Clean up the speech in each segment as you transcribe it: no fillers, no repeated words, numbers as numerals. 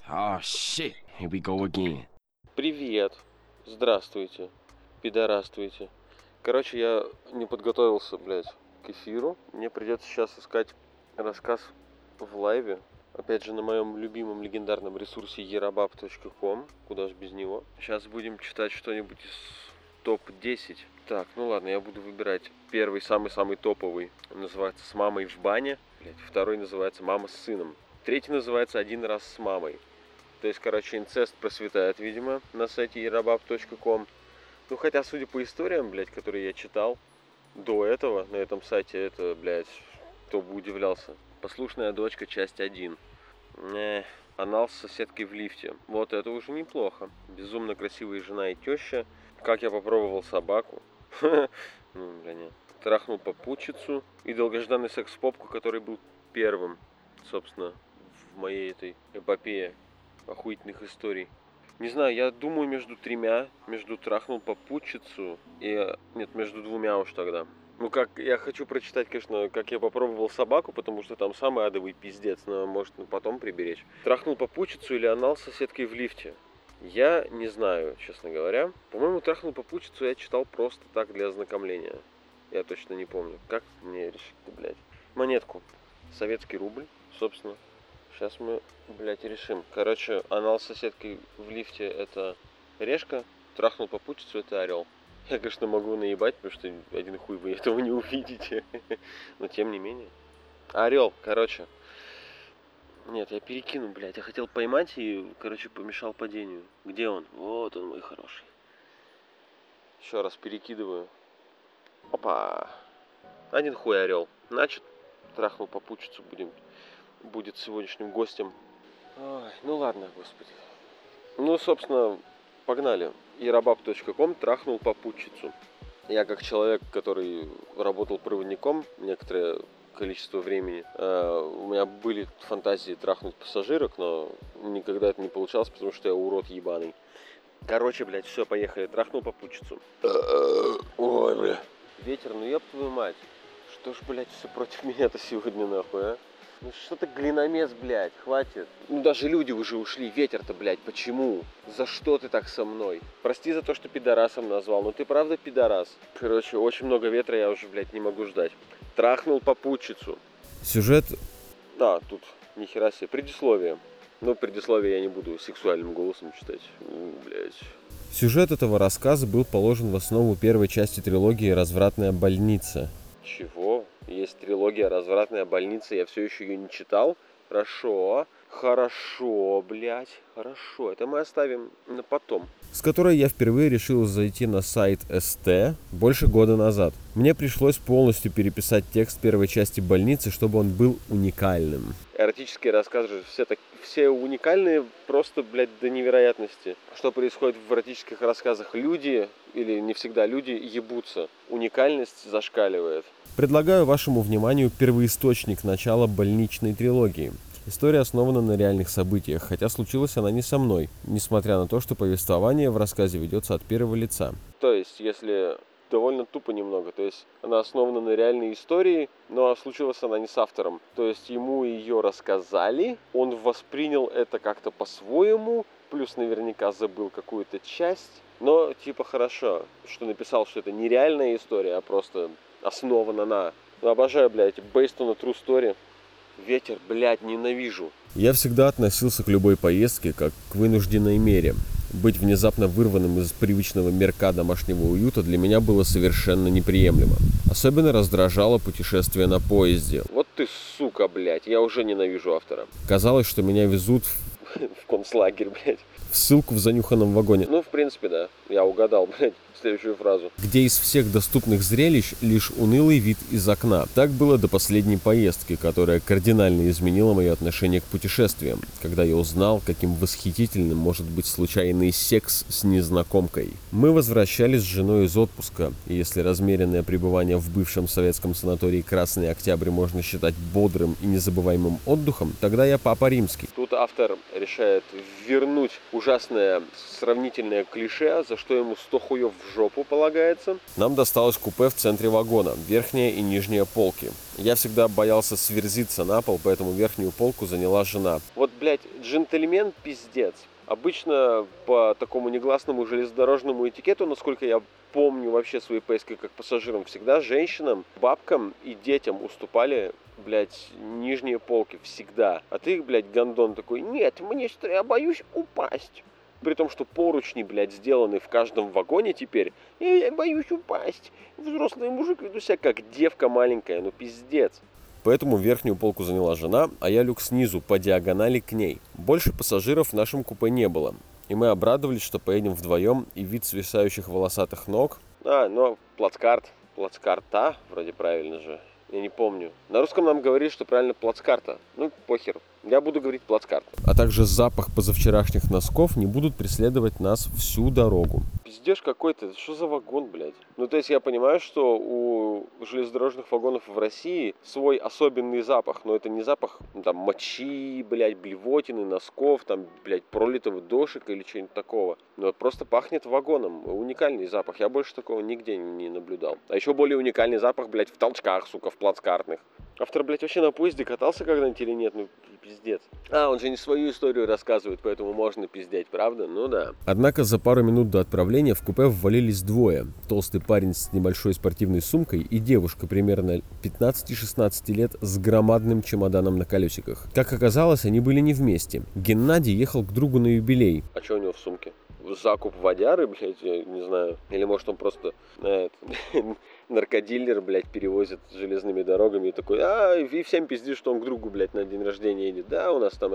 Oh shit, here we go again. Привет. Здравствуйте. Пидорастуйте. Короче, я не подготовился, блядь, к эфиру. Мне придется сейчас искать рассказ в лайве. Опять же, на моем любимом легендарном ресурсе yerabab.com. Куда ж без него. Сейчас будем читать что-нибудь из топ-10. Так, ну ладно, я буду выбирать первый, самый-самый топовый. Он называется «С мамой в бане». Блядь. Второй называется «Мама с сыном». Третий называется «Один раз с мамой». То есть, короче, инцест процветает, видимо, на сайте yerabab.com. Ну, хотя, судя по историям, блядь, которые я читал до этого на этом сайте, это, блядь, кто бы удивлялся. Послушная дочка, часть 1. Анал с соседкой в лифте. Вот это уже неплохо. Безумно красивая жена и теща. Как я попробовал собаку. Ну, бля, нет. Трахнул попутчицу. И долгожданный секс-попку, который был первым, собственно, в моей этой эпопее охуительных историй. Не знаю, я думаю между трахнул попутчицу и... Нет, между двумя уж тогда. Ну, как, я хочу прочитать, конечно, как я попробовал собаку, потому что там самый адовый пиздец, но может потом приберечь. Трахнул попутчицу или анал с соседкой в лифте? Я не знаю, честно говоря. По-моему, трахнул попутчицу я читал просто так для ознакомления. Я точно не помню. Как мне решить-то, блядь? Монетку. Советский рубль, собственно. Сейчас мы, блядь, решим. Короче, анал с соседкой в лифте это решка, трахнул попутчицу это орел. Я, конечно, могу наебать, потому что один хуй вы этого не увидите. Но тем не менее. Орел, короче. Нет, я перекину, блядь. Я хотел поймать и, короче, помешал падению. Где он? Вот он, мой хороший. Еще раз перекидываю. Опа. Один хуй орел. Значит, трахнул попутчицу будет сегодняшним гостем. Ой, ну ладно, господи. Ну, собственно, погнали. yerabab.com трахнул попутчицу. Я как человек, который работал проводником некоторое количество времени, у меня были фантазии трахнуть пассажирок, но никогда это не получалось, потому что я урод ебаный. Короче, блядь, все, поехали. Трахнул попутчицу. Ой, бля. Ветер, ну ёб твою мать. Что ж, блядь, все против меня-то сегодня, нахуй, а? Ну что ты глиномес, блядь, хватит. Ну даже люди уже ушли, ветер-то, блядь, почему? За что ты так со мной? Прости за то, что пидорасом назвал, но ты правда пидорас? Короче, очень много ветра, я уже, блядь, не могу ждать. Трахнул попутчицу. Сюжет... Да, тут нихера себе, предисловие. Но предисловие я не буду сексуальным голосом читать. Блядь. Сюжет этого рассказа был положен в основу первой части трилогии «Развратная больница». Чего? Есть трилогия «Развратная больница», я все еще ее не читал. Хорошо, блядь, хорошо. Это мы оставим на потом. С которой я впервые решил зайти на сайт СТ больше года назад. Мне пришлось полностью переписать текст первой части «Больницы», чтобы он был уникальным. Эротические рассказы же все уникальные, просто, блядь, до невероятности. Что происходит в эротических рассказах? Люди, или не всегда люди, ебутся. Уникальность зашкаливает. Предлагаю вашему вниманию первоисточник начала больничной трилогии. История основана на реальных событиях, хотя случилась она не со мной, несмотря на то, что повествование в рассказе ведется от первого лица. То есть, если довольно тупо немного, то есть она основана на реальной истории, но случилась она не с автором. То есть ему ее рассказали, он воспринял это как-то по-своему, плюс наверняка забыл какую-то часть, но типа хорошо, что написал, что это не реальная история, а просто основана на... Ну, обожаю, блядь, based on a true story. Ветер, блядь, ненавижу. Я всегда относился к любой поездке как к вынужденной мере. Быть внезапно вырванным из привычного мирка домашнего уюта для меня было совершенно неприемлемо. Особенно раздражало путешествие на поезде. Вот ты сука, блядь, я уже ненавижу автора. Казалось, что меня везут в концлагерь, блядь. В ссылку в занюханном вагоне. Ну, в принципе, да. Я угадал, блядь, следующую фразу. Где из всех доступных зрелищ лишь унылый вид из окна. Так было до последней поездки, которая кардинально изменила мое отношение к путешествиям, когда я узнал, каким восхитительным может быть случайный секс с незнакомкой. Мы возвращались с женой из отпуска, и если размеренное пребывание в бывшем советском санатории «Красный Октябрь» можно считать бодрым и незабываемым отдыхом, тогда я папа римский. Тут автор решает вернуть ужасное сравнительное клише, за что ему 100 хуев в жопу полагается. Нам досталось купе в центре вагона, верхняя и нижняя полки. Я всегда боялся сверзиться на пол, поэтому верхнюю полку заняла жена. Вот, блядь, джентльмен пиздец. Обычно по такому негласному железнодорожному этикету, насколько я помню вообще свои поездки как пассажирам, всегда женщинам, бабкам и детям уступали, блядь, нижние полки. Всегда. А ты, блядь, гондон такой: нет, я боюсь упасть. При том, что поручни, блядь, сделаны в каждом вагоне теперь. Я боюсь упасть. Взрослый мужик, веду себя как девка маленькая. Ну, пиздец. Поэтому верхнюю полку заняла жена, а я лег снизу, по диагонали к ней. Больше пассажиров в нашем купе не было. И мы обрадовались, что поедем вдвоем, и вид свисающих волосатых ног... Плацкарта, вроде правильно же. Я не помню. На русском нам говорили, что правильно плацкарта. Ну, похер. Я буду говорить плацкарта. А также запах позавчерашних носков не будут преследовать нас всю дорогу. Пиздеж какой-то. Что за вагон, блядь? Ну, то есть я понимаю, что у железнодорожных вагонов в России свой особенный запах. Но это не запах, там, мочи, блядь, блевотины, носков, там, блядь, пролитого дошика или чего-нибудь такого. Но просто пахнет вагоном. Уникальный запах. Я больше такого нигде не наблюдал. А еще более уникальный запах, блядь, в толчках, сука, в плацкартных. Автор, блядь, вообще на поезде катался когда-нибудь или нет? Ну, пиздец. Он же не свою историю рассказывает, поэтому можно пиздеть, правда? Ну да. Однако за пару минут до отправления в купе ввалились двое. Толстый парень с небольшой спортивной сумкой и девушка примерно 15-16 лет с громадным чемоданом на колесиках. Как оказалось, они были не вместе. Геннадий ехал к другу на юбилей. А что у него в сумке? Закуп водяры, блядь, я не знаю. Или может он просто наркодилер, блядь, перевозит железными дорогами и такой: и всем пиздишь, что он к другу, блядь, на день рождения едет. Да, у нас там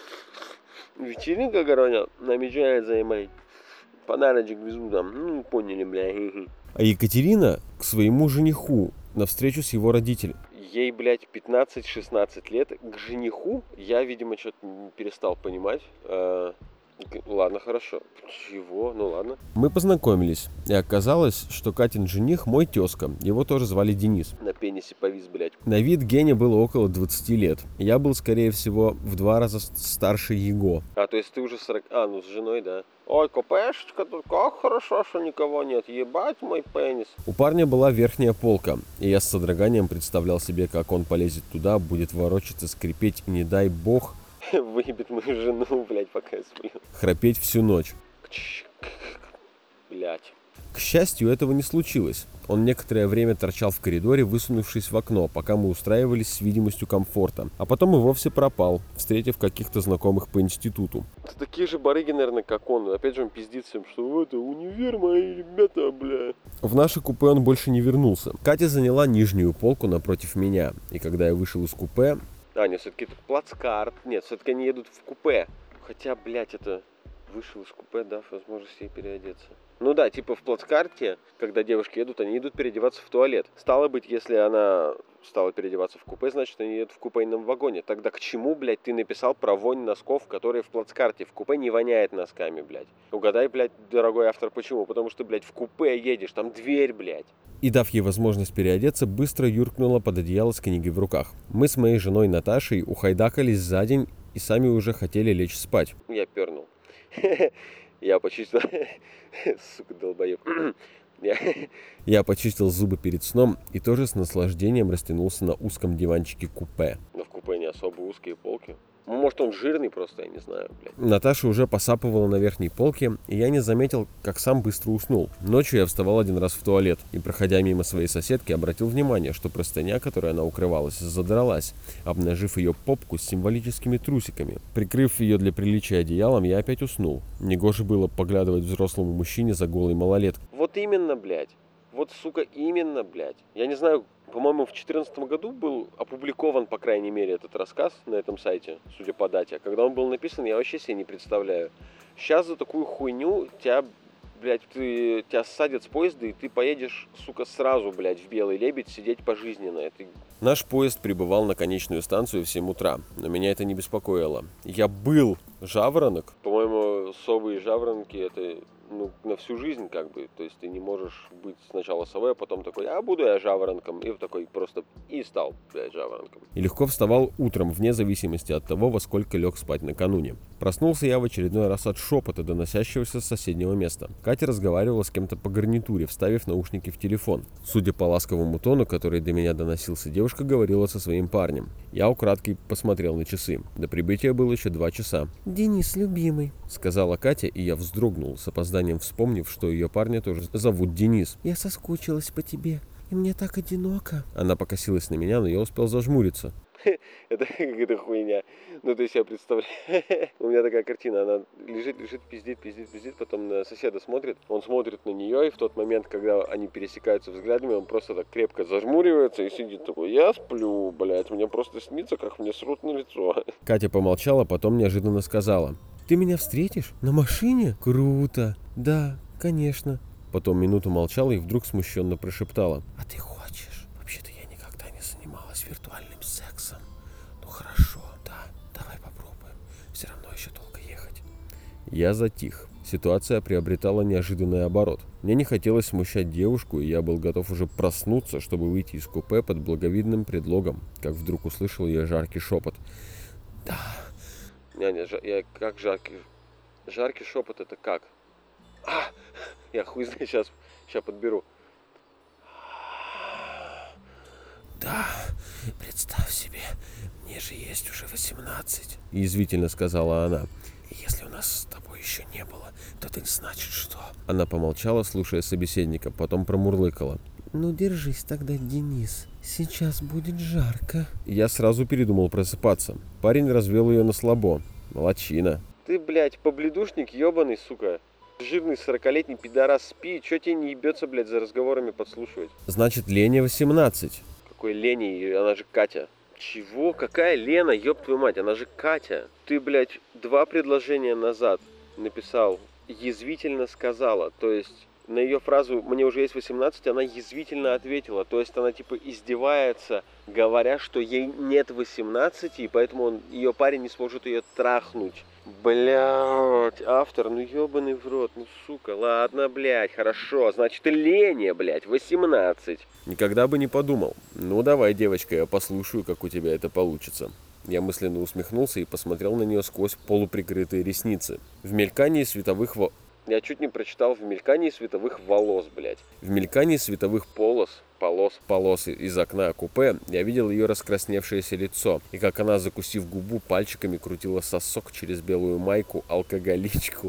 вечеринка, короче, намечается, и подарочек везу там. Поняли, блядь. А Екатерина к своему жениху на встречу с его родителями. Ей, блядь, 15-16 лет. К жениху я, видимо, что-то перестал понимать. Ладно, хорошо. Чего? Ну ладно. Мы познакомились, и оказалось, что Катин жених мой тезка. Его тоже звали Денис. На пенисе повис, блядь. На вид Гене было около 20 лет. Я был, скорее всего, в 2 раза старше его. То есть ты уже 40... ну с женой, да. Ой, купешечка тут, как хорошо, что никого нет. Ебать мой пенис. У парня была верхняя полка, и я с содроганием представлял себе, как он полезет туда, будет ворочаться, скрипеть, и не дай бог... Выебет мою жену, блядь, пока я сплю. Храпеть всю ночь. Блядь. К счастью, этого не случилось. Он некоторое время торчал в коридоре, высунувшись в окно, пока мы устраивались с видимостью комфорта. А потом и вовсе пропал, встретив каких-то знакомых по институту. Это такие же барыги, наверное, как он. Опять же он пиздит всем, что это универ, мои ребята, бля. В наше купе он больше не вернулся. Катя заняла нижнюю полку напротив меня. И когда я вышел из купе... Нет, все-таки это плацкарт. Нет, все-таки они едут в купе. Хотя, блядь, это... Вышел из купе, дав возможность ей переодеться. Ну да, типа в плацкарте, когда девушки едут, они идут переодеваться в туалет. Стало быть, если она стала переодеваться в купе, значит, они едут в купейном вагоне. Тогда к чему, блядь, ты написал про вонь носков, которые в плацкарте? В купе не воняет носками, блядь. Угадай, блядь, дорогой автор, почему? Потому что, блядь, в купе едешь, там дверь, блядь. И, дав ей возможность переодеться, быстро юркнула под одеяло с книгой в руках. Мы с моей женой Наташей ухайдакались за день и сами уже хотели лечь спать. Я пернул. Я почистил... Сука, долбоеб. Я почистил зубы перед сном и тоже с наслаждением растянулся на узком диванчике купе. Но в купе не особо узкие полки. Может, он жирный просто, я не знаю, блядь. Наташа уже посапывала на верхней полке, и я не заметил, как сам быстро уснул. Ночью я вставал один раз в туалет, и, проходя мимо своей соседки, обратил внимание, что простыня, которой она укрывалась, задралась, обнажив ее попку с символическими трусиками. Прикрыв ее для приличия одеялом, я опять уснул. Негоже было поглядывать взрослому мужчине за голой малолеткой. Вот именно, блядь. Вот, сука, именно, блядь. Я не знаю, по-моему, в 2014 году был опубликован, по крайней мере, этот рассказ на этом сайте, судя по дате. А когда он был написан, я вообще себе не представляю. Сейчас за такую хуйню тебя ссадят с поезда, и ты поедешь, сука, сразу, блядь, в Белый Лебедь сидеть пожизненно. Наш поезд прибывал на конечную станцию в 7 утра, но меня это не беспокоило. Я был жаворонок. По-моему, совы и жаворонки — это на всю жизнь, как бы. То есть ты не можешь быть сначала совой, а потом такой, а буду я жаворонком. И такой просто и стал, блядь, жаворонком. И легко вставал утром, вне зависимости от того, во сколько лег спать накануне. Проснулся я в очередной раз от шепота, доносящегося с соседнего места. Катя разговаривала с кем-то по гарнитуре, вставив наушники в телефон. Судя по ласковому тону, который до меня доносился, девушка говорила со своим парнем. Я украдкой посмотрел на часы. До прибытия было еще 2 часа. «Денис, любимый», — сказала Катя, и я вздрогнул, с опозданием вспомнив, что ее парня тоже зовут Денис. «Я соскучилась по тебе, и мне так одиноко». Она покосилась на меня, но я успел зажмуриться. Это какая-то хуйня. Ну, то есть я представляю, у меня такая картина, она лежит, пиздит, потом на соседа смотрит, он смотрит на нее, и в тот момент, когда они пересекаются взглядами, он просто так крепко зажмуривается и сидит такой, я сплю, блядь, мне просто снится, как мне срут на лицо. Катя помолчала, потом неожиданно сказала: «Ты меня встретишь? На машине? Круто! Да, конечно». Потом минуту молчала и вдруг смущенно прошептала: «А ты хочешь? Вообще-то я никогда не занималась виртуальным сексом. Ну хорошо, да, давай попробуем. Все равно еще долго ехать». Я затих. Ситуация приобретала неожиданный оборот. Мне не хотелось смущать девушку, и я был готов уже проснуться, чтобы выйти из купе под благовидным предлогом, как вдруг услышал ее жаркий шепот. «Да». Я как жаркий... Жаркий шепот это как? Я хуй знаю, сейчас подберу. «Да, представь себе, мне же есть уже 18, — язвительно сказала она. И если у нас с тобой еще не было, то это значит что?» Она помолчала, слушая собеседника, потом промурлыкала: «Ну держись тогда, Денис, сейчас будет жарко». Я сразу передумал просыпаться. Парень развел ее на слабо. Молодчина. Ты, блядь, побледушник ебаный, сука. Жирный 40-летний пидорас, спи, чё тебе не ебется, блядь, за разговорами подслушивать? Значит, Лене 18. Какой Лене, она же Катя. Чего? Какая Лена, ёб твою мать, она же Катя. Ты, блядь, 2 предложения назад написал, язвительно сказала, то есть на ее фразу «мне уже есть 18» она язвительно ответила, то есть она типа издевается, говоря, что ей нет 18, и поэтому ее парень не сможет ее трахнуть. Блядь, автор, ну ебаный в рот, ну сука, ладно, блядь, хорошо, значит Лене, блядь, 18. Никогда бы не подумал. Ну давай, девочка, я послушаю, как у тебя это получится. Я мысленно усмехнулся и посмотрел на нее сквозь полуприкрытые ресницы. В мелькании световых Я чуть не прочитал в мелькании световых волос, блядь. В мелькании световых полос из окна купе я видел ее раскрасневшееся лицо, и как она, закусив губу, пальчиками крутила сосок через белую майку алкоголичку.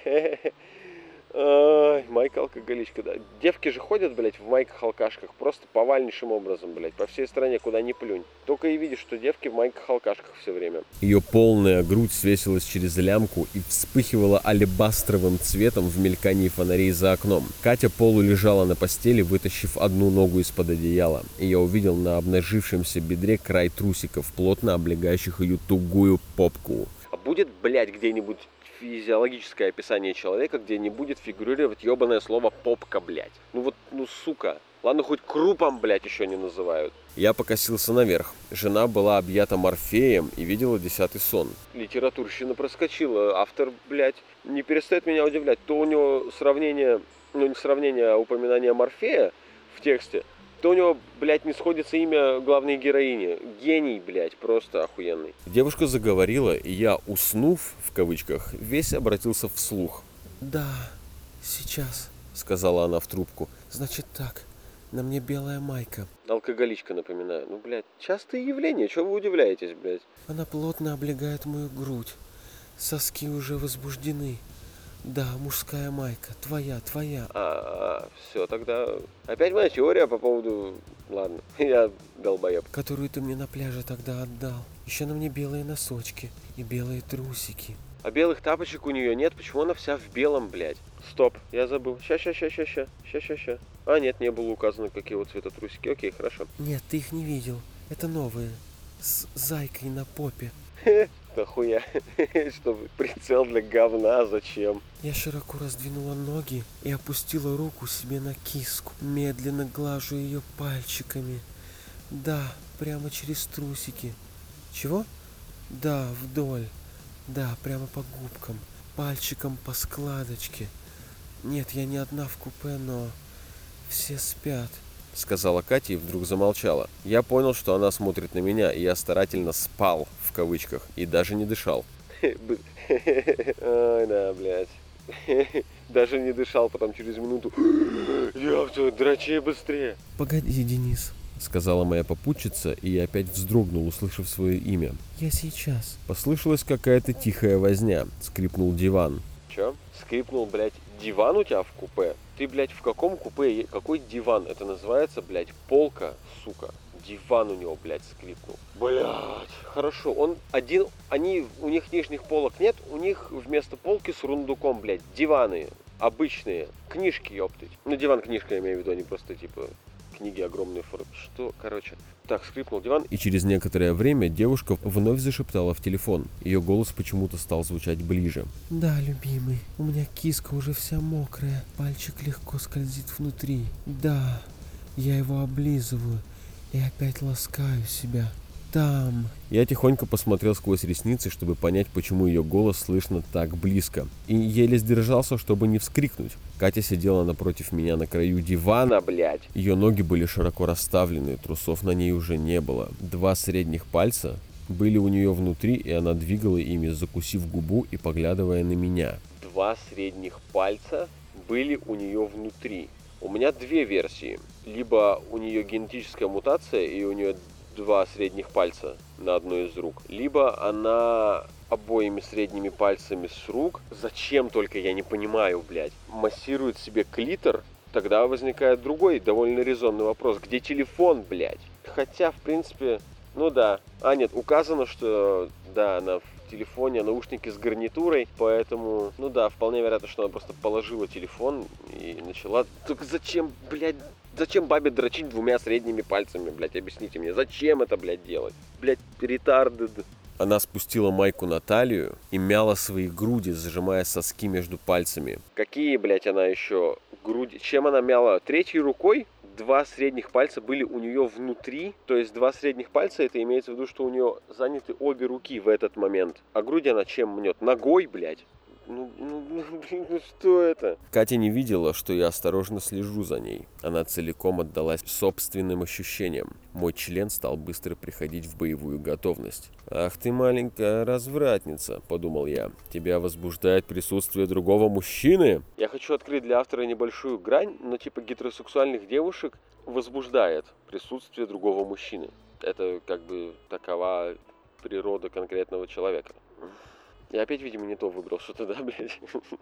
Ай, майка-алкоголичка, да. Девки же ходят, блядь, в майках-алкашках просто повальнейшим образом, блядь, по всей стране, куда ни плюнь. Только и видишь, что девки в майках-алкашках все время. Ее полная грудь свесилась через лямку и вспыхивала алебастровым цветом в мелькании фонарей за окном. Катя полулежала на постели, вытащив одну ногу из-под одеяла, и я увидел на обнажившемся бедре край трусиков, плотно облегающих ее тугую попку. А будет, блядь, где-нибудь физиологическое описание человека, где не будет фигурировать ебаное слово попка, блядь. Ну вот, ну сука. Ладно, хоть крупом, блядь, еще не называют. Я покосился наверх. Жена была объята морфеем и видела 10-й сон. Литературщина проскочила. Автор, блядь, не перестает меня удивлять. То у него сравнение, ну не сравнение, а упоминание морфея в тексте, то у него, блядь, не сходится имя главной героини. Гений, блядь, просто охуенный. Девушка заговорила, и я, уснув, в кавычках, весь обратился вслух. «Да, сейчас», — сказала она в трубку. «Значит так, на мне белая майка». Алкоголичка, напоминаю. Ну, блядь, частое явление, чего вы удивляетесь, блядь? Она плотно облегает мою грудь. Соски уже возбуждены. Да, мужская майка. Твоя. Все, тогда... Опять моя теория по поводу... Ладно, я долбоеб. Которую ты мне на пляже тогда отдал. Еще на мне белые носочки и белые трусики. А белых тапочек у нее нет, почему она вся в белом, блядь? Стоп, я забыл. Ща. А, нет, не было указано, какие вот цвета трусики. Окей, хорошо. Нет, ты их не видел. Это новые. С зайкой на попе. Нахуя? Чтобы прицел для говна, зачем? Я широко раздвинула ноги и опустила руку себе на киску. Медленно глажу ее пальчиками. Да, прямо через трусики. Чего? Да, вдоль. Да, прямо по губкам. Пальчиком по складочке. Нет, я не одна в купе, но все спят, сказала Катя и вдруг замолчала. Я понял, что она смотрит на меня, и я старательно спал, в кавычках, и даже не дышал. Ой, да, блядь. Даже не дышал, потом через минуту. Ёпта, дрочи быстрее. Погоди, Денис, сказала моя попутчица, и я опять вздрогнул, услышав свое имя. Я сейчас. Послышалась какая-то тихая возня. Скрипнул диван. Чё? Скрипнул, блядь, диван у тебя в купе? Ты, блядь, в каком купе? Какой диван? Это называется, блядь, полка, сука. Диван у него, блядь, скрипнул. Блядь, хорошо. Он один, у них нижних полок нет, у них вместо полки с рундуком, блядь, диваны обычные, книжки, ёптыть. Ну, диван-книжка, я имею в виду, они просто, типа, книги огромные формы. Что, короче, так, скрипнул диван. И через некоторое время девушка вновь зашептала в телефон. Ее голос почему-то стал звучать ближе. Да, любимый, у меня киска уже вся мокрая, пальчик легко скользит внутри. Да, я его облизываю и опять ласкаю себя. Там. Я тихонько посмотрел сквозь ресницы, чтобы понять, почему ее голос слышно так близко. И еле сдержался, чтобы не вскрикнуть. Катя сидела напротив меня на краю дивана, блядь. Ее ноги были широко расставлены, трусов на ней уже не было. 2 средних пальца были у нее внутри, и она двигала ими, закусив губу и поглядывая на меня. 2 средних пальца были у нее внутри. У меня 2 версии. Либо у нее генетическая мутация, и у нее 2 средних пальца на одной из рук. Либо она обоими средними пальцами с рук, зачем только, я не понимаю, блядь, массирует себе клитор. Тогда возникает другой довольно резонный вопрос. Где телефон, блядь? Хотя, в принципе, ну да. А нет, указано, что да, она в телефоне, наушники с гарнитурой, поэтому, ну да, вполне вероятно, что она просто положила телефон и начала... Только зачем, блядь, зачем бабе дрочить 2 средними пальцами, блядь, объясните мне, зачем это, блядь, делать? Блядь, ретардед. Она спустила майку на талию и мяла свои груди, зажимая соски между пальцами. Какие, блядь, она еще груди? Чем она мяла? 3-й рукой? 2 средних пальца были у нее внутри, то есть 2 средних пальца, это имеется в виду, что у нее заняты обе руки в этот момент. А груди она чем мнет? Ногой, блядь? Ну, что это? Катя не видела, что я осторожно слежу за ней. Она целиком отдалась собственным ощущениям. Мой член стал быстро приходить в боевую готовность. «Ах ты маленькая развратница», — подумал я. «Тебя возбуждает присутствие другого мужчины?» Я хочу открыть для автора небольшую грань, но типа гетеросексуальных девушек возбуждает присутствие другого мужчины. Это как бы такова природа конкретного человека. Я опять, видимо, не то выбрал, что-то, да, блядь.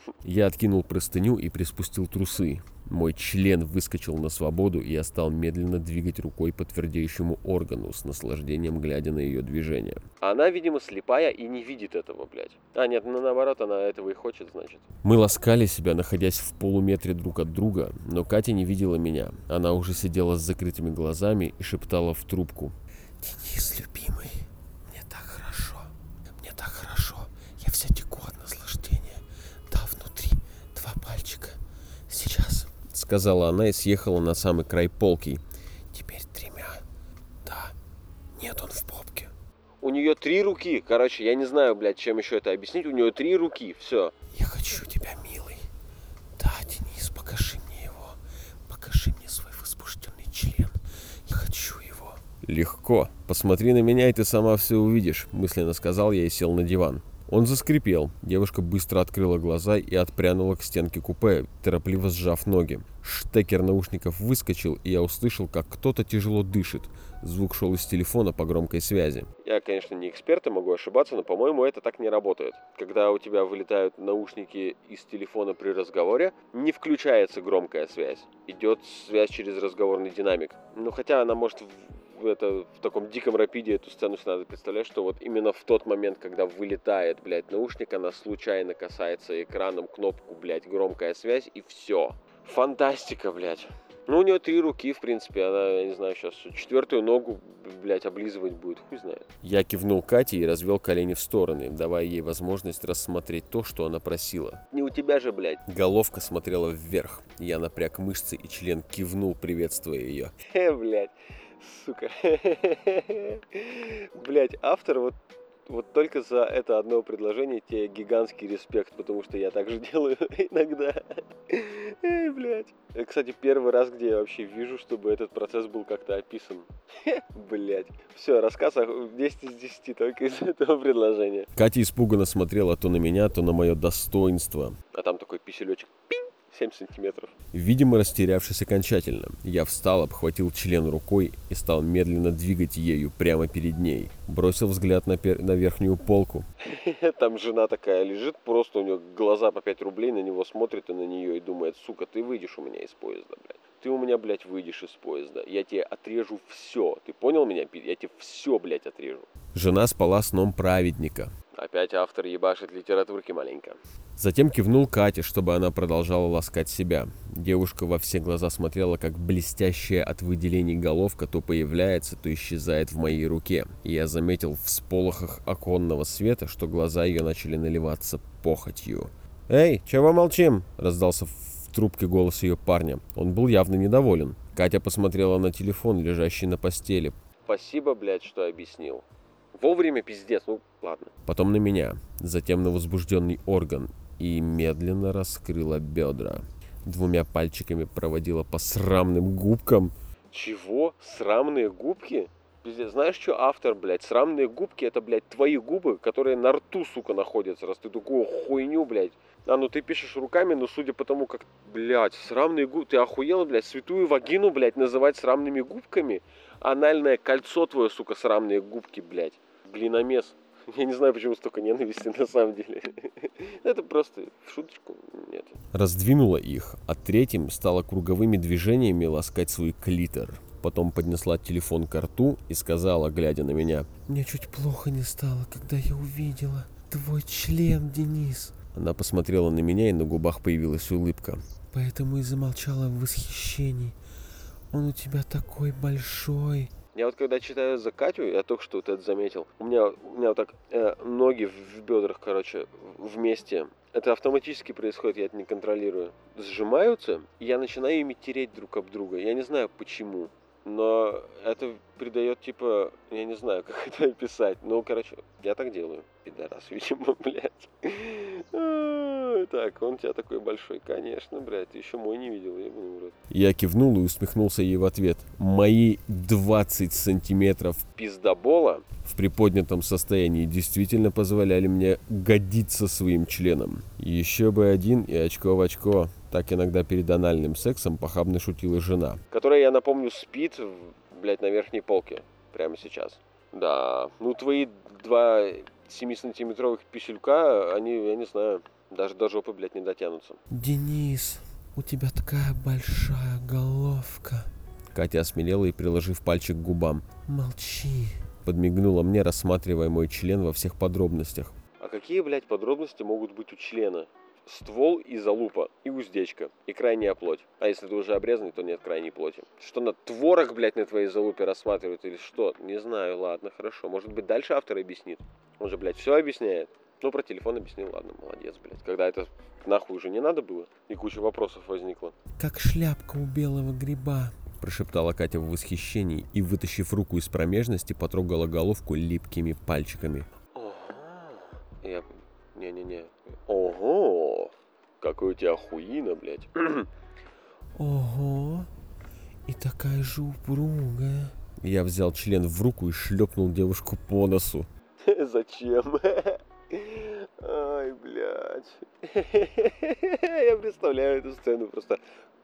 Я откинул простыню и приспустил трусы. Мой член выскочил на свободу, и я стал медленно двигать рукой по твердеющему органу, с наслаждением глядя на ее движение. Она, видимо, слепая и не видит этого, блядь. А, нет, ну наоборот, она этого и хочет, значит. Мы ласкали себя, находясь в полуметре друг от друга, но Катя не видела меня. Она уже сидела с закрытыми глазами и шептала в трубку. «Денис, любимый, мне так хорошо, мне так хорошо. Я вся теку от наслаждения. Да, внутри 2 пальчика. Сейчас», — сказала она и съехала на самый край полки. «Теперь 3. Да, нет, он в попке». У нее 3 руки. Короче, я не знаю, блядь, чем еще это объяснить. У нее 3 руки. Все. «Я хочу тебя, милый. Да, Денис, покажи мне его. Покажи мне свой возбужденный член. Я хочу его». «Легко. Посмотри на меня, и ты сама все увидишь», — мысленно сказал я и сел на диван. Он заскрипел. Девушка быстро открыла глаза и отпрянула к стенке купе, торопливо сжав ноги. Штекер наушников выскочил, и я услышал, как кто-то тяжело дышит. Звук шел из телефона по громкой связи. Я, конечно, не эксперт, и могу ошибаться, но, по-моему, это так не работает. Когда у тебя вылетают наушники из телефона при разговоре, не включается громкая связь. Идет связь через разговорный динамик. Ну, хотя она может в таком диком рапиде эту сцену надо представлять, что вот именно в тот момент, когда вылетает, блядь, наушник, она случайно касается экраном кнопку, блядь, громкая связь, и все. Фантастика, блядь. Ну, у нее 3 руки, в принципе, она, я не знаю, сейчас 4-ю ногу, блядь, облизывать будет, хуй знает. Я кивнул Кате и развел колени в стороны, давая ей возможность рассмотреть то, что она просила. Не у тебя же, блядь. Головка смотрела вверх. Я напряг мышцы, и член кивнул, приветствуя ее. Блядь. Сука. Блядь, автор вот Вот только за это одно предложение тебе гигантский респект, потому что я так же делаю иногда. Эй, блядь. Это, кстати, первый раз, где я вообще вижу, чтобы этот процесс был как-то описан. Блядь. Все, рассказ 10 из 10 только из этого предложения. Катя испуганно смотрела то на меня, то на мое достоинство. А там такой писелечек. 7 сантиметров. Видимо, растерявшись окончательно, я встал, обхватил член рукой и стал медленно двигать ею прямо перед ней. Бросил взгляд на верхнюю полку. Там жена такая лежит, просто у нее глаза по 5 рублей на него смотрит и на нее и думает: сука, ты выйдешь у меня из поезда, блядь. Ты у меня, блядь, выйдешь из поезда. Я тебе отрежу все. Ты понял меня? Я тебе все, блядь, отрежу. Жена спала сном праведника. Опять автор ебашит литературки маленько. Затем кивнул Кате, чтобы она продолжала ласкать себя. Девушка во все глаза смотрела, как блестящая от выделений головка то появляется, то исчезает в моей руке. И я заметил в всполохах оконного света, что глаза ее начали наливаться похотью. «Эй, чего молчим?» — раздался в трубке голос ее парня. Он был явно недоволен. Катя посмотрела на телефон, лежащий на постели. Спасибо, блядь, что объяснил. Вовремя пиздец, ну ладно. Потом на меня, затем на возбужденный орган и медленно раскрыла бедра. Двумя пальчиками проводила по срамным губкам. Чего? Срамные губки? Пиздец, знаешь, что автор, блядь? Срамные губки — это, блядь, твои губы, которые на рту, сука, находятся, раз ты такую хуйню, блядь. А, ну ты пишешь руками, но судя по тому, как, блядь, срамные губки... Ты охуел, блядь, святую вагину, блядь, называть срамными губками? Анальное кольцо твое, сука, срамные губки, блядь. Глиномес. Я не знаю, почему столько ненависти на самом деле. Это просто в шуточку. Нет. Раздвинула их, а третьим стала круговыми движениями ласкать свой клитор. Потом поднесла телефон к рту и сказала, глядя на меня: «Мне чуть плохо не стало, когда я увидела твой член, Денис». Она посмотрела на меня, и на губах появилась улыбка. «Поэтому и замолчала в восхищении. Он у тебя такой большой». Я вот когда читаю за Катю, я только что вот это заметил. У меня вот так ноги в бедрах, короче, вместе. Это автоматически происходит, я это не контролирую. Сжимаются, и я начинаю ими тереть друг об друга. Я не знаю почему. Но это придает, типа, я не знаю, как это описать. Ну, короче, я так делаю. Пидорас, видимо, блядь. Так, он у тебя такой большой. Конечно, блядь, ты еще мой не видел, ебаный в рот. Я кивнул и усмехнулся ей в ответ. Мои 20 сантиметров пиздобола в приподнятом состоянии действительно позволяли мне годиться своим членом. Еще бы один и очко в очко. Так иногда перед анальным сексом похабно шутила жена. Которая, я напомню, спит, блядь, на верхней полке. Прямо сейчас. Да, ну твои 2 7-сантиметровых писюлька, они, я не знаю, даже до жопы, блядь, не дотянутся. «Денис, у тебя такая большая головка». Катя осмелела и, приложив пальчик к губам: «Молчи». Подмигнула мне, рассматривая мой член во всех подробностях. А какие, блядь, подробности могут быть у члена? Ствол и залупа, и уздечка, и крайняя плоть. А если ты уже обрезанный, то нет крайней плоти. Что, на творог, блядь, на твоей залупе рассматривают или что? Не знаю, ладно, хорошо. Может быть, дальше автор объяснит? Он же, блядь, все объясняет. Ну, про телефон объяснил, ладно, молодец, блядь. Когда это нахуй уже не надо было, и куча вопросов возникла. «Как шляпка у белого гриба», — прошептала Катя в восхищении и, вытащив руку из промежности, потрогала головку липкими пальчиками. Ого. Не-не-не. Ого. Какой у тебя хуина, блядь. «Ого, и такая же упругая». Я взял член в руку и шлепнул девушку по носу. Зачем? Ай, блядь. Я представляю эту сцену просто.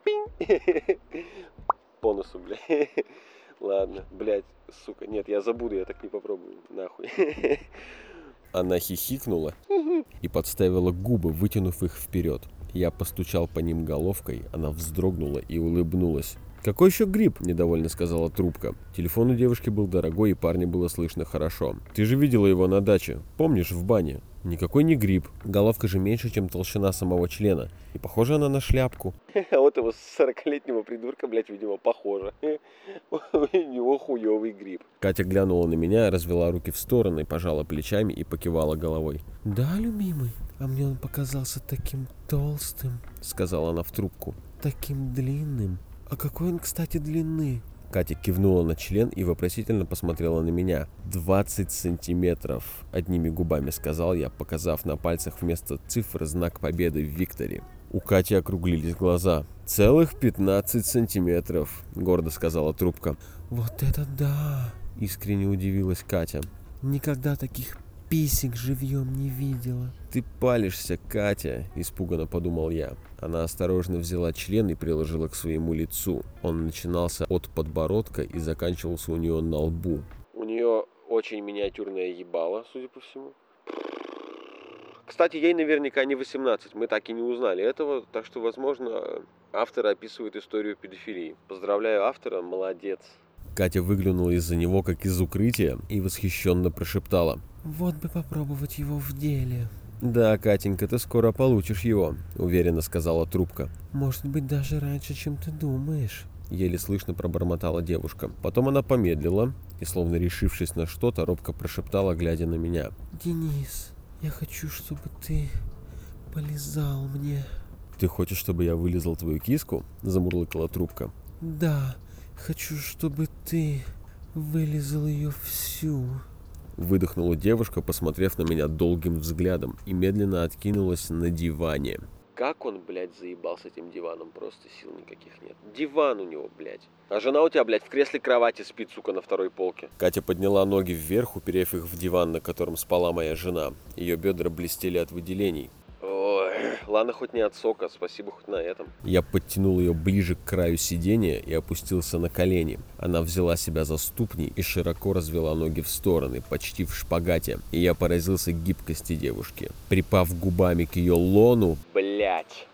По носу, блядь. Ладно, блядь, сука. Нет, я забуду, я так не попробую. Нахуй. Она хихикнула и подставила губы, вытянув их вперед. Я постучал по ним головкой, она вздрогнула и улыбнулась. «Какой еще гриб?» – недовольно сказала трубка. Телефон у девушки был дорогой, и парня было слышно хорошо. «Ты же видела его на даче, помнишь, в бане? Никакой не гриб. Головка же меньше, чем толщина самого члена. И похожа она на шляпку». А вот его 40-летнего придурка, блядь, видимо, похоже. У него хуёвый гриб. Катя глянула на меня, развела руки в стороны, пожала плечами и покивала головой. «Да, любимый, а мне он показался таким толстым», — сказала она в трубку. «таким длинным. А какой он, кстати, длины? Катя кивнула на член и вопросительно посмотрела на меня. 20 сантиметров, одними губами сказал я, показав на пальцах вместо цифр знак победы в Викторе. У Кати округлились глаза. «Целых 15 сантиметров», — гордо сказала трубка. Вот это да! Искренне удивилась Катя. Никогда таких писек живьем не видела. «Ты палишься, Катя», — испуганно подумал я. Она осторожно взяла член и приложила к своему лицу. Он начинался от подбородка и заканчивался у нее на лбу. У нее очень миниатюрное ебало, судя по всему. Кстати, ей наверняка не 18, мы так и не узнали этого, так что, возможно, автор описывает историю педофилии. Поздравляю автора, молодец. Катя выглянула из-за него, как из укрытия, и восхищенно прошептала. Вот бы попробовать его в деле. «Да, Катенька, ты скоро получишь его», — уверенно сказала трубка. Может быть, даже раньше, чем ты думаешь. Еле слышно пробормотала девушка. Потом она помедлила и, словно решившись на что-то, робко прошептала, глядя на меня. Денис, я хочу, чтобы ты полизал мне. «Ты хочешь, чтобы я вылизал твою киску?» — замурлыкала трубка. Да, хочу, чтобы ты вылизал ее всю. Выдохнула девушка, посмотрев на меня долгим взглядом, и медленно откинулась на диване. Как он, блядь, заебал с этим диваном, просто сил никаких нет. Диван у него, блядь. А жена у тебя, блядь, в кресле кровати спит, сука, на второй полке. Катя подняла ноги вверх, уперев их в диван, на котором спала моя жена. Ее бедра блестели от выделений. Ой, ладно, хоть не от сока, спасибо хоть на этом. Я подтянул ее ближе к краю сиденья и опустился на колени. Она взяла себя за ступни и широко развела ноги в стороны, почти в шпагате, и я поразился гибкости девушки. Припав губами к ее лону, Блядь,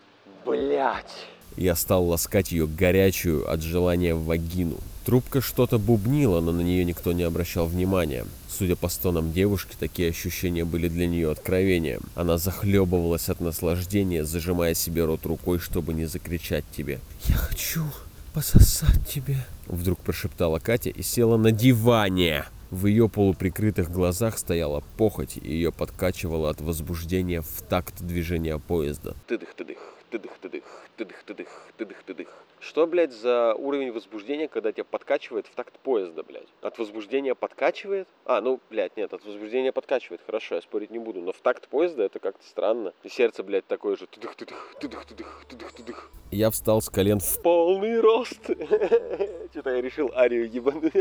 я стал ласкать ее горячую от желания вагину. Трубка что-то бубнила, но на нее никто не обращал внимания. Судя по стонам девушки, такие ощущения были для нее откровением. Она захлебывалась от наслаждения, зажимая себе рот рукой, чтобы не закричать тебе. Я хочу пососать тебе. Вдруг прошептала Катя и села на диване. В ее полуприкрытых глазах стояла похоть, и ее подкачивало от возбуждения в такт движения поезда. Тыдых-тыдых, тыдых-тыдых, тыдых-тыдых, тыдых-тыдых. Что, блядь, за уровень возбуждения, когда тебя подкачивает в такт поезда, блядь? От возбуждения подкачивает? Блядь, нет, от возбуждения подкачивает. Хорошо, я спорить не буду. Но в такт поезда это как-то странно. И сердце, блядь, такое же. Тыдых-тыдых, тыдых-тыдых, тыдых-тыдых. Я встал с колен в Полный рост. Что-то я решил арию ебануть.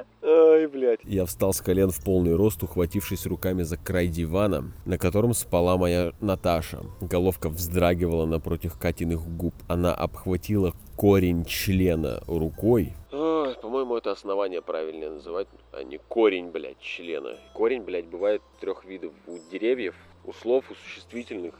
Ой, блядь. Я встал с колен в полный рост, ухватившись руками за край дивана, на котором спала моя Наташа. Головка вздрагивала напротив Катиных губ. Она обхватила корень члена рукой. Ой, по-моему, это основание правильнее называть, а не корень, блядь, члена. Корень, блядь, бывает 3 видов. У деревьев, у слов, у существительных,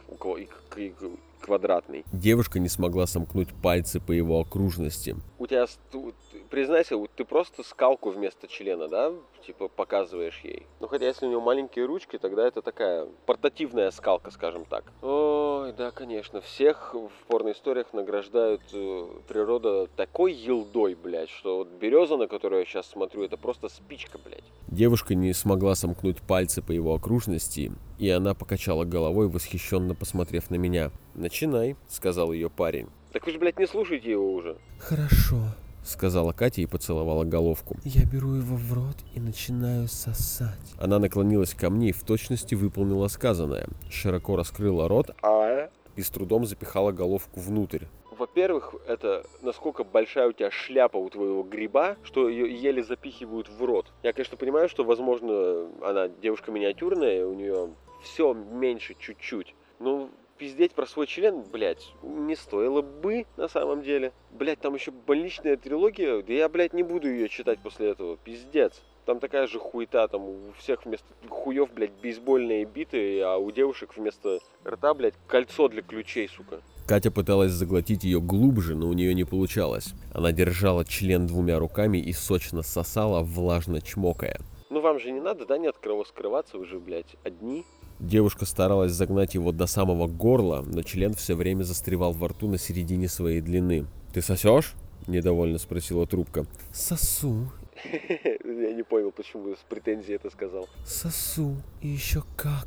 и квадратный. Девушка не смогла сомкнуть пальцы по его окружности. У тебя, признайся, ты просто скалку вместо члена, да, типа показываешь ей. Ну, хотя если у него маленькие ручки, тогда это такая портативная скалка, скажем так. Ой, да, конечно, всех в порноисториях награждают природа такой елдой, блядь, что вот береза, на которую я сейчас смотрю, это просто спичка, блядь. Девушка не смогла сомкнуть пальцы по его окружности, и она покачала головой, восхищенно посмотрев на меня. «Начинай», — сказал ее парень. Так вы же, блядь, не слушайте его уже. Хорошо, сказала Катя и поцеловала головку. я беру его в рот и начинаю сосать. Она наклонилась ко мне и в точности выполнила сказанное. Широко раскрыла рот и с трудом запихала головку внутрь. Во-первых, это насколько большая у тебя шляпа у твоего гриба, что ее еле запихивают в рот. Я, конечно, понимаю, что, возможно, она девушка миниатюрная, у нее все меньше чуть-чуть. Но пиздеть про свой член, блядь, не стоило бы на самом деле. Блядь, там еще больничная трилогия, да я, блядь, не буду ее читать после этого, пиздец. Там такая же хуета, там у всех вместо хуев, блядь, бейсбольные биты, а у девушек вместо рта, блядь, кольцо для ключей, сука. Катя пыталась заглотить ее глубже, но у нее не получалось. Она держала член 2 руками и сочно сосала, влажно чмокая. Ну вам же не надо, да, ни от кого скрываться, вы же, блядь, одни. Девушка старалась загнать его до самого горла, но член все время застревал во рту на середине своей длины. «Ты сосешь?» – недовольно спросила трубка. Сосу, Я не понял, почему с претензией это сказал. сосу и еще как.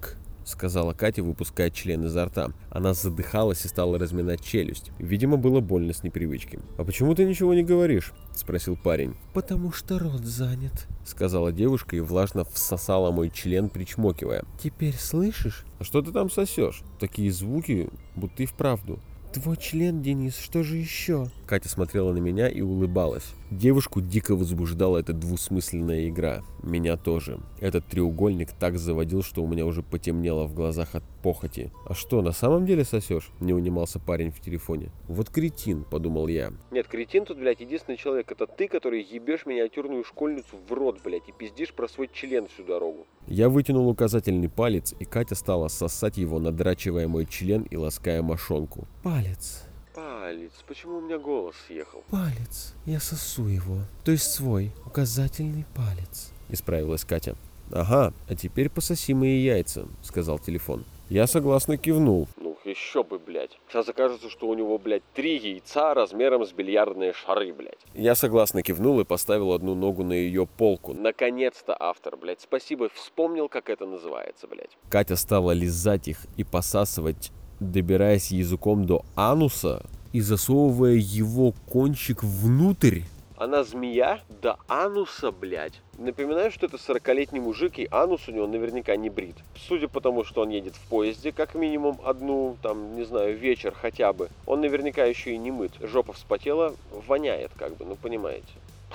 сказала Катя, выпуская член изо рта. Она задыхалась и стала разминать челюсть. Видимо, было больно с непривычки. «А почему ты ничего не говоришь?» — спросил парень. «Потому что рот занят», — сказала девушка и влажно всосала мой член, причмокивая. «Теперь слышишь?» «А что ты там сосешь? Такие звуки, будто и вправду». «Твой член, Денис, что же еще?» Катя смотрела на меня и улыбалась. Девушку дико возбуждала эта двусмысленная игра. Меня тоже. Этот треугольник так заводил, что у меня уже потемнело в глазах от похоти. «А что, на самом деле сосешь?» — не унимался парень в телефоне. «Вот кретин», — подумал я. Нет, кретин тут, блядь, единственный человек. Это ты, который ебешь миниатюрную школьницу в рот, блядь, и пиздишь про свой член всю дорогу. Я вытянул указательный палец, и Катя стала сосать его, надрачивая мой член и лаская мошонку. «Палец. Палец, почему у меня голос съехал?» Палец. Я сосу его. То есть свой указательный палец». — исправилась Катя. «Ага, а теперь пососи мои яйца», — сказал телефон. Я согласно кивнул. Ну, еще бы, блядь. Сейчас окажется, что у него, блядь, 3 яйца размером с бильярдные шары, блядь. Я согласно кивнул и поставил одну ногу на ее полку. Наконец-то автор, блядь. Спасибо, вспомнил, как это называется, блядь. Катя стала лизать их и посасывать, добираясь языком до ануса и засовывая его кончик внутрь. Она змея до ануса, блядь. Напоминаю, что это 40-летний мужик, и анус у него наверняка не брит. Судя по тому, что он едет в поезде, как минимум одну, там, не знаю, вечер хотя бы. Он наверняка еще и не мыт. Жопа вспотела, воняет как бы, ну понимаете.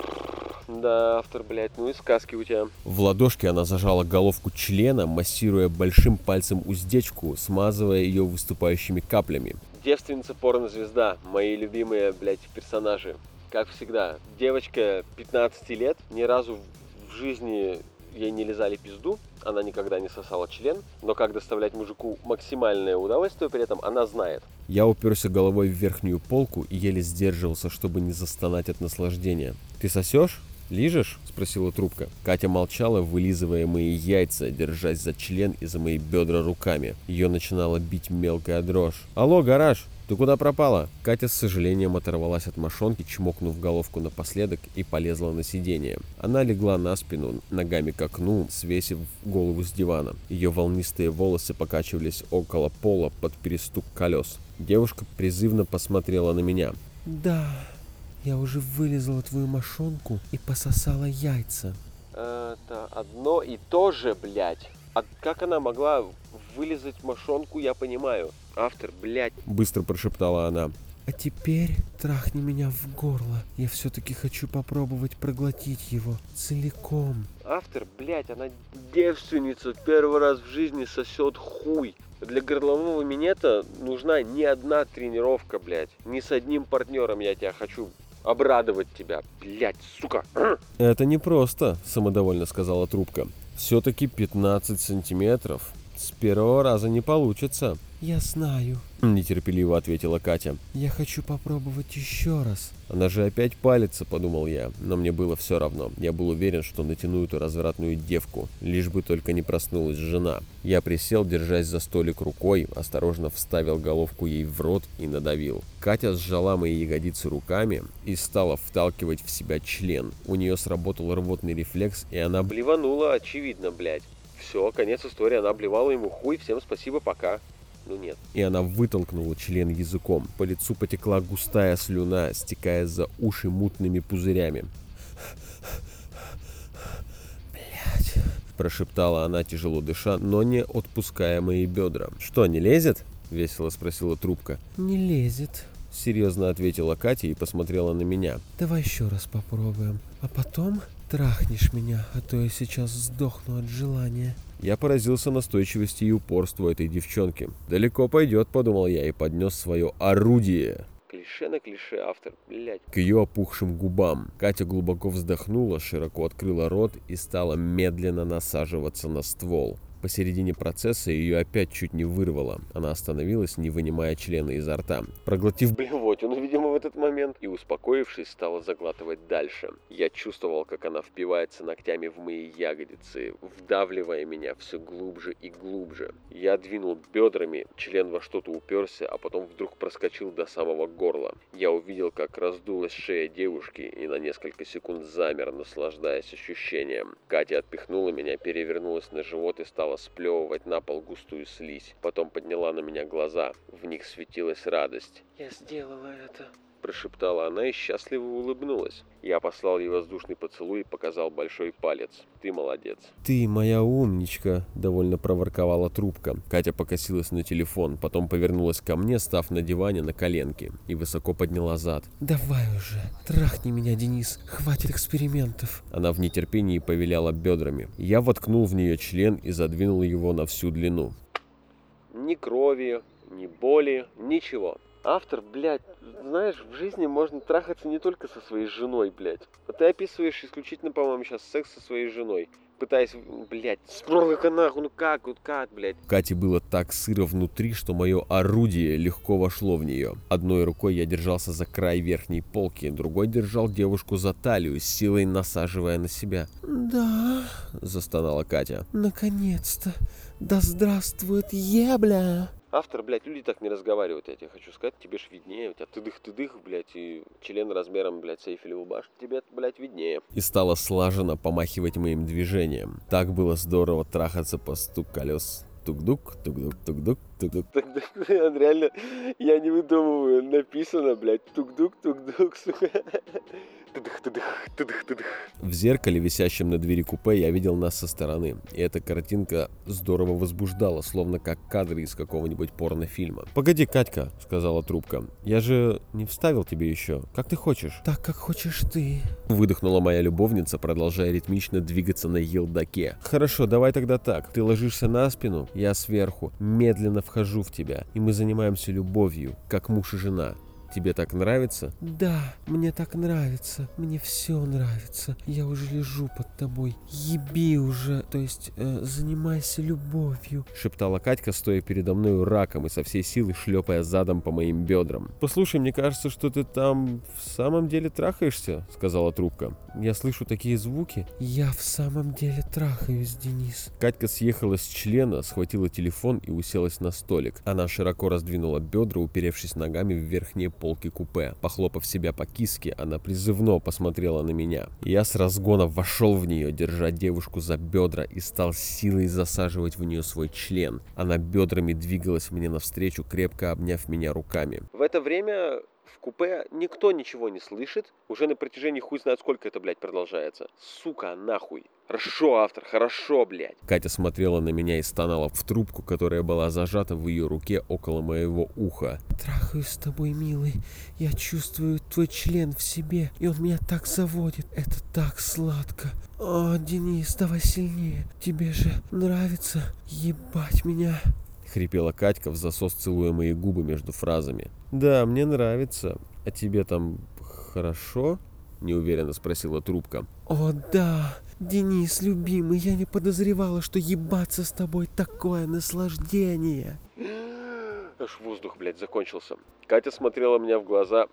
Да, автор, блядь, ну и сказки у тебя. В ладошке она зажала головку члена, массируя большим пальцем уздечку, смазывая ее выступающими каплями. Девственница порнозвезда, мои любимые, блядь, персонажи. Как всегда, девочка 15 лет, ни разу в жизни ей не лизали пизду, она никогда не сосала член, но как доставлять мужику максимальное удовольствие при этом, она знает. Я уперся головой в верхнюю полку и еле сдерживался, чтобы не застонать от наслаждения. «Ты сосешь? Лижешь?» — спросила трубка. Катя молчала, вылизывая мои яйца, держась за член и за мои бедра руками. Ее начинала бить мелкая дрожь. «Алло, гараж! Ты куда пропала?» Катя с сожалением оторвалась от мошонки, чмокнув головку напоследок, и полезла на сиденье. Она легла на спину, ногами к окну, свесив голову с дивана. Ее волнистые волосы покачивались около пола под перестук колес. Девушка призывно посмотрела на меня. «Да, я уже вылизала твою мошонку и пососала яйца». Это одно и то же, блядь. А как она могла вылизать мошонку, я понимаю. Автор, блядь. Быстро прошептала она. «А теперь трахни меня в горло. Я все-таки хочу попробовать проглотить его целиком». Автор, блядь, она девственница, первый раз в жизни сосет хуй. Для горлового минета нужна не одна тренировка, блядь. Ни с одним партнером я тебя хочу обрадовать тебя, блядь, сука. «Это непросто», — самодовольно сказала трубка. «Все-таки 15 сантиметров. С первого раза не получится». «Я знаю», — нетерпеливо ответила Катя. «Я хочу попробовать еще раз». «Она же опять палится», — подумал я, но мне было все равно. Я был уверен, что натяну эту развратную девку, лишь бы только не проснулась жена. Я присел, держась за столик рукой, осторожно вставил головку ей в рот и надавил. Катя сжала мои ягодицы руками и стала вталкивать в себя член. У нее сработал рвотный рефлекс, и она Блеванула, очевидно, блядь. Все, конец истории, она обливала ему хуй, всем спасибо, пока. Ну нет. И она вытолкнула член языком. По лицу потекла густая слюна, стекая за уши мутными пузырями. «Блядь», — прошептала она, тяжело дыша, но не отпуская мои бедра. «Что, не лезет?» — весело спросила трубка. «Не лезет». — серьезно ответила Катя и посмотрела на меня. «Давай еще раз попробуем. А потом трахнешь меня, а то я сейчас сдохну от желания». Я поразился настойчивости и упорству этой девчонки. «Далеко пойдет», — подумал я и поднес свое орудие Клише на клише, автор, блядь. к ее опухшим губам. Катя глубоко вздохнула, широко открыла рот и стала медленно насаживаться на ствол. Посередине процесса ее опять чуть не вырвало. Она остановилась, не вынимая члена изо рта. Проглотив Блевотина. блевотину, видимо, в этот момент, и, успокоившись, стала заглатывать дальше. Я чувствовал, как она впивается ногтями в мои ягодицы, вдавливая меня все глубже и глубже. Я двинул бедрами, член во что-то уперся, а потом вдруг проскочил до самого горла. Я увидел, как раздулась шея девушки и на несколько секунд замер, наслаждаясь ощущением. Катя отпихнула меня, перевернулась на живот и стала сплевывать на пол густую слизь. Потом подняла на меня глаза. В них светилась радость. «Я сделала это», — прошептала она и счастливо улыбнулась. Я послал ей воздушный поцелуй и показал большой палец. «Ты молодец». «Ты моя умничка», — довольно проворковала трубка. Катя покосилась на телефон, потом повернулась ко мне, став на диване на коленки, и высоко подняла зад. «Давай уже, трахни меня, Денис, хватит экспериментов». Она в нетерпении повиляла бедрами. Я воткнул в нее член и задвинул его на всю длину. Ни крови, ни боли, ничего. Автор, блядь, знаешь, в жизни можно трахаться не только со своей женой, блядь. А ты описываешь исключительно, по-моему, сейчас секс со своей женой. Пытаясь, блядь, спрыгай нахуй, ну как, блядь. Кате было так сыро внутри, что мое орудие легко вошло в нее. Одной рукой я держался за край верхней полки, другой держал девушку за талию, с силой насаживая на себя. «Да», — застонала Катя. «наконец-то, да здравствует ебля». Автор, блядь, люди так не разговаривают, я тебе хочу сказать, тебе ж виднее, у тебя тыдых, блядь, и член размером, блядь, с Эйфелеву башню, тебе, блядь, виднее. И стала слаженно помахивать моим движением. Так было здорово трахаться по стук колес. Тук-дук, тук-дук, тук-дук, тук-дук. Реально, я не выдумываю, написано, блядь, тук-дук, сука. В зеркале, висящем на двери купе, я видел нас со стороны, и эта картинка здорово возбуждала, словно как кадры из какого-нибудь порнофильма. «Погоди, Катька», — сказала трубка, — «я же не вставил тебе еще. Как ты хочешь?» «Так, как хочешь ты». Выдохнула моя любовница, продолжая ритмично двигаться на елдаке. «Хорошо, давай тогда так. Ты ложишься на спину, я сверху, медленно вхожу в тебя, и мы занимаемся любовью, как муж и жена. Тебе так нравится?» «Да, мне так нравится. Мне все нравится. Я уже лежу под тобой. Еби уже, то есть занимайся любовью», — шептала Катька, стоя передо мною раком и со всей силы шлепая задом по моим бедрам. «Послушай, мне кажется, что ты там в самом деле трахаешься», — сказала трубка. «Я слышу такие звуки». «Я в самом деле трахаюсь, Денис». Катька съехала с члена, схватила телефон и уселась на столик. Она широко раздвинула бедра, уперевшись ногами в верхние полки купе. Похлопав себя по киске, она призывно посмотрела на меня. Я с разгона вошел в нее, держа девушку за бедра, и стал силой засаживать в нее свой член. Она бедрами двигалась мне навстречу, крепко обняв меня руками. В это время в купе никто ничего не слышит. Уже на протяжении хуй знает сколько это, блядь, продолжается. Сука, нахуй. Хорошо, автор, хорошо, блядь. Катя смотрела на меня и стонала в трубку, которая была зажата в ее руке около моего уха. «Трахаюсь с тобой, милый. Я чувствую твой член в себе, и он меня так заводит. Это так сладко. О, Денис, давай сильнее. Тебе же нравится ебать меня». — хрипела Катька в засос, целуя мои губы между фразами. «Да, мне нравится. А тебе там хорошо?» — неуверенно спросила трубка. «О, да, Денис, любимый, я не подозревала, что ебаться с тобой такое наслаждение». Аж воздух, блядь, закончился. Катя смотрела мне в глаза.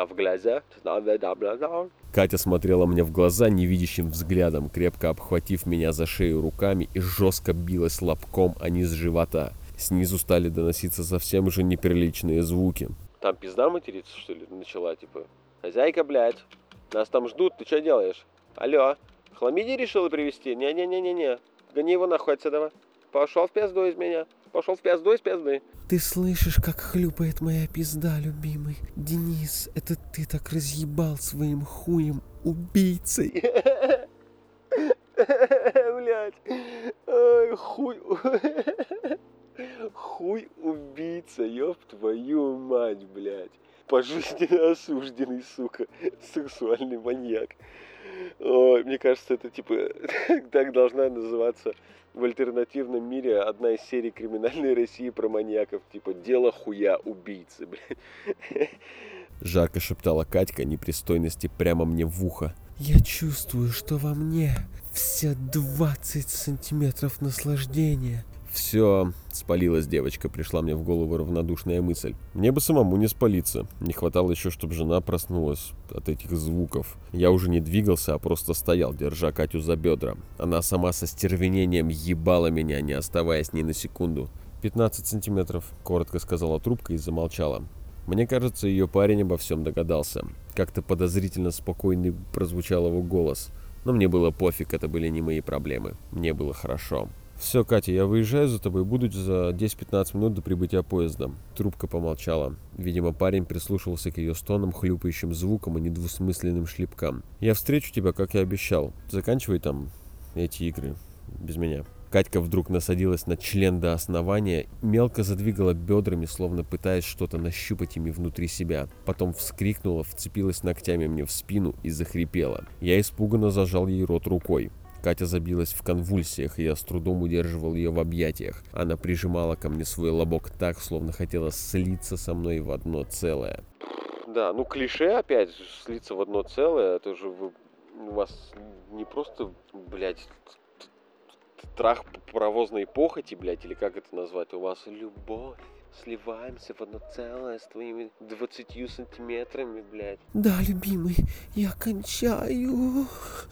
Катя смотрела мне в глаза невидящим взглядом, крепко обхватив меня за шею руками, и жестко билась лобком о низ живота. Снизу стали доноситься совсем уже неприличные звуки. Там пизда материться, что ли, начала, типа. «Хозяйка, блядь, нас там ждут, ты что делаешь? Алло, хламидий решила привезти? Не-не-не-не-не, гони его нахуй отсюда. Пошел в пизду из меня, пошел в пизду из пизды». «Ты слышишь, как хлюпает моя пизда, любимый? Денис, это ты так разъебал своим хуем убийцей». Блядь, ой, хуй... Хуй убийца, ёб твою мать, блядь. Пожизненно осужденный, сука, сексуальный маньяк. Ой, мне кажется, это типа так должна называться в альтернативном мире одна из серий «Криминальной России» про маньяков. Типа «Дело хуя убийцы», блядь. Жарко шептала Катька непристойности прямо мне в ухо. «Я чувствую, что во мне все 20 сантиметров наслаждения. Все, спалилась девочка, пришла мне в голову равнодушная мысль. Мне бы самому не спалиться. Не хватало еще, чтобы жена проснулась от этих звуков. Я уже не двигался, а просто стоял, держа Катю за бедра. Она сама со стервенением ебала меня, не оставаясь ни на секунду. 15 сантиметров, коротко сказала трубка и замолчала. Мне кажется, ее парень обо всем догадался. Как-то подозрительно спокойный прозвучал его голос. Но мне было пофиг, это были не мои проблемы. Мне было хорошо. «Все, Катя, я выезжаю за тобой, буду за 10-15 минут до прибытия поезда». Трубка помолчала. Видимо, парень прислушивался к ее стонам, хлюпающим звукам и недвусмысленным шлепкам. «Я встречу тебя, как и обещал. Заканчивай там эти игры без меня». Катька вдруг насадилась на член до основания, мелко задвигала бедрами, словно пытаясь что-то нащупать ими внутри себя. Потом вскрикнула, вцепилась ногтями мне в спину и захрипела. Я испуганно зажал ей рот рукой. Катя забилась в конвульсиях, и я с трудом удерживал ее в объятиях. Она прижимала ко мне свой лобок так, словно хотела слиться со мной в одно целое. Да, ну клише опять, слиться в одно целое, это же у вас не просто, блядь, трах паровозной похоти, блядь, или как это назвать, у вас любовь. Сливаемся в одно целое с твоими 20 сантиметрами, блядь. Да, любимый, я кончаю.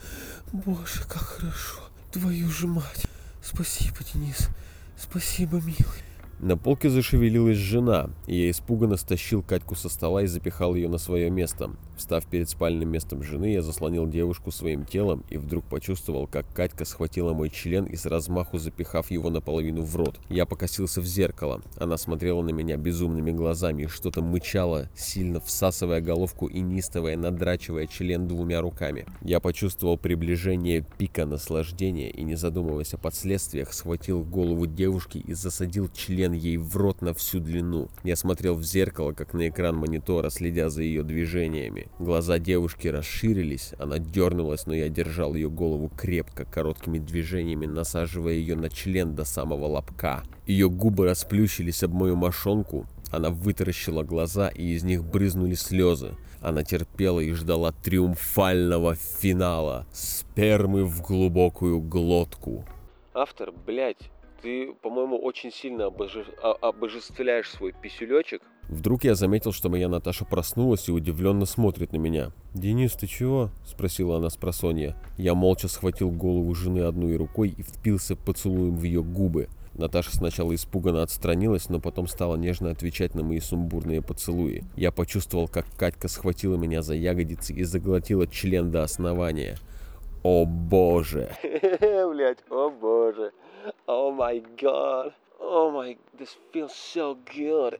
Боже, как хорошо. Твою же мать. Спасибо, Денис. Спасибо, милый. На полке зашевелилась жена, и я испуганно стащил Катьку со стола и запихал ее на свое место. Встав перед спальным местом жены, я заслонил девушку своим телом и вдруг почувствовал, как Катька схватила мой член и с размаху запихав его наполовину в рот. Я покосился в зеркало. Она смотрела на меня безумными глазами и что-то мычала, сильно всасывая головку и неистовая, надрачивая член двумя руками. Я почувствовал приближение пика наслаждения и, не задумываясь о последствиях, схватил голову девушки и засадил член ей в рот на всю длину. Я смотрел в зеркало, как на экран монитора, следя за ее движениями. Глаза девушки расширились, она дернулась, но я держал ее голову крепко, короткими движениями, насаживая ее на член до самого лобка. Ее губы расплющились об мою мошонку, она вытаращила глаза, и из них брызнули слезы. Она терпела и ждала триумфального финала. Спермы в глубокую глотку. Автор, блядь, ты, по-моему, очень сильно обожествляешь свой писюлечек. Вдруг я заметил, что моя Наташа проснулась и удивленно смотрит на меня. «Денис, ты чего?» – спросила она спросонья. Я молча схватил голову жены одной рукой и впился поцелуем в ее губы. Наташа сначала испуганно отстранилась, но потом стала нежно отвечать на мои сумбурные поцелуи. Я почувствовал, как Катька схватила меня за ягодицы и заглотила член до основания. О боже! Блядь, о боже! О май гад! О май... This feels so good!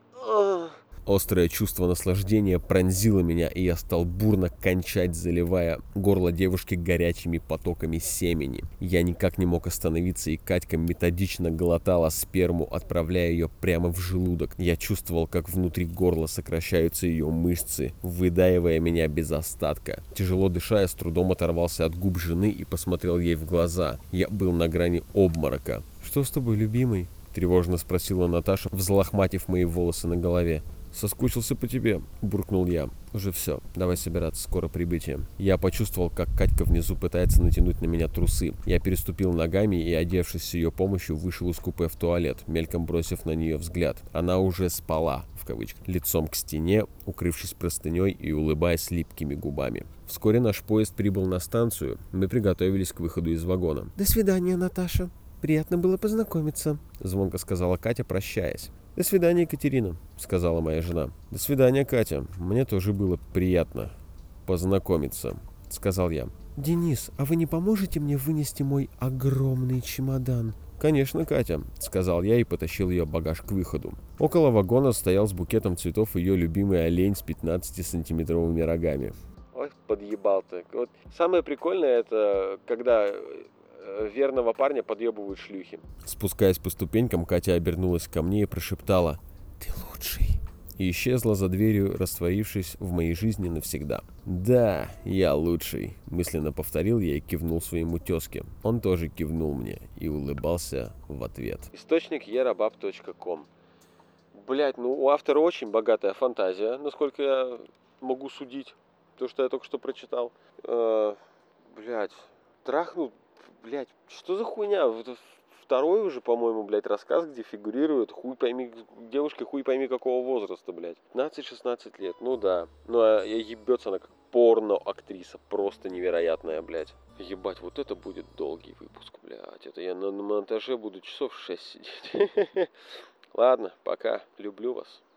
Острое чувство наслаждения пронзило меня, и я стал бурно кончать, заливая горло девушки горячими потоками семени. Я никак не мог остановиться, и Катька методично глотала сперму, отправляя ее прямо в желудок. Я чувствовал, как внутри горла сокращаются ее мышцы, выдаивая меня без остатка. Тяжело дыша, я с трудом оторвался от губ жены и посмотрел ей в глаза. Я был на грани обморока. «Что с тобой, любимый?» — тревожно спросила Наташа, взлохматив мои волосы на голове. «Соскучился по тебе», — буркнул я. «Уже все, давай собираться, скоро прибытие». Я почувствовал, как Катька внизу пытается натянуть на меня трусы. Я переступил ногами и, одевшись с ее помощью, вышел из купе в туалет, мельком бросив на нее взгляд. Она уже спала, в кавычках, лицом к стене, укрывшись простыней и улыбаясь липкими губами. Вскоре наш поезд прибыл на станцию. Мы приготовились к выходу из вагона. До свидания, Наташа. Приятно было познакомиться, звонко сказала Катя, прощаясь. «До свидания, Екатерина», — сказала моя жена. «До свидания, Катя. Мне тоже было приятно познакомиться», — сказал я. «Денис, а вы не поможете мне вынести мой огромный чемодан?» «Конечно, Катя», — сказал я и потащил ее багаж к выходу. Около вагона стоял с букетом цветов ее любимый олень с 15-сантиметровыми рогами. Ой, подъебал ты. Вот самое прикольное, это когда верного парня подъебывают шлюхи. Спускаясь по ступенькам, Катя обернулась ко мне и прошептала: «Ты лучший». И исчезла за дверью, растворившись в моей жизни навсегда. «Да, я лучший», — мысленно повторил я и кивнул своему тезке. Он тоже кивнул мне и улыбался в ответ. Источник yerabab.com. Блять, ну у автора очень богатая фантазия, насколько я могу судить. То, что я только что прочитал. Блять, трахнул. Блять, что за хуйня? В второй уже, по-моему, блядь, рассказ, где фигурирует девушке хуй пойми какого возраста, блядь. 15-16 лет, ну да. Ну а ебется она как порно-актриса, просто невероятная, блядь. Ебать, вот это будет долгий выпуск, блядь. Это я на монтаже буду часов 6 сидеть. Ладно, пока. Люблю вас.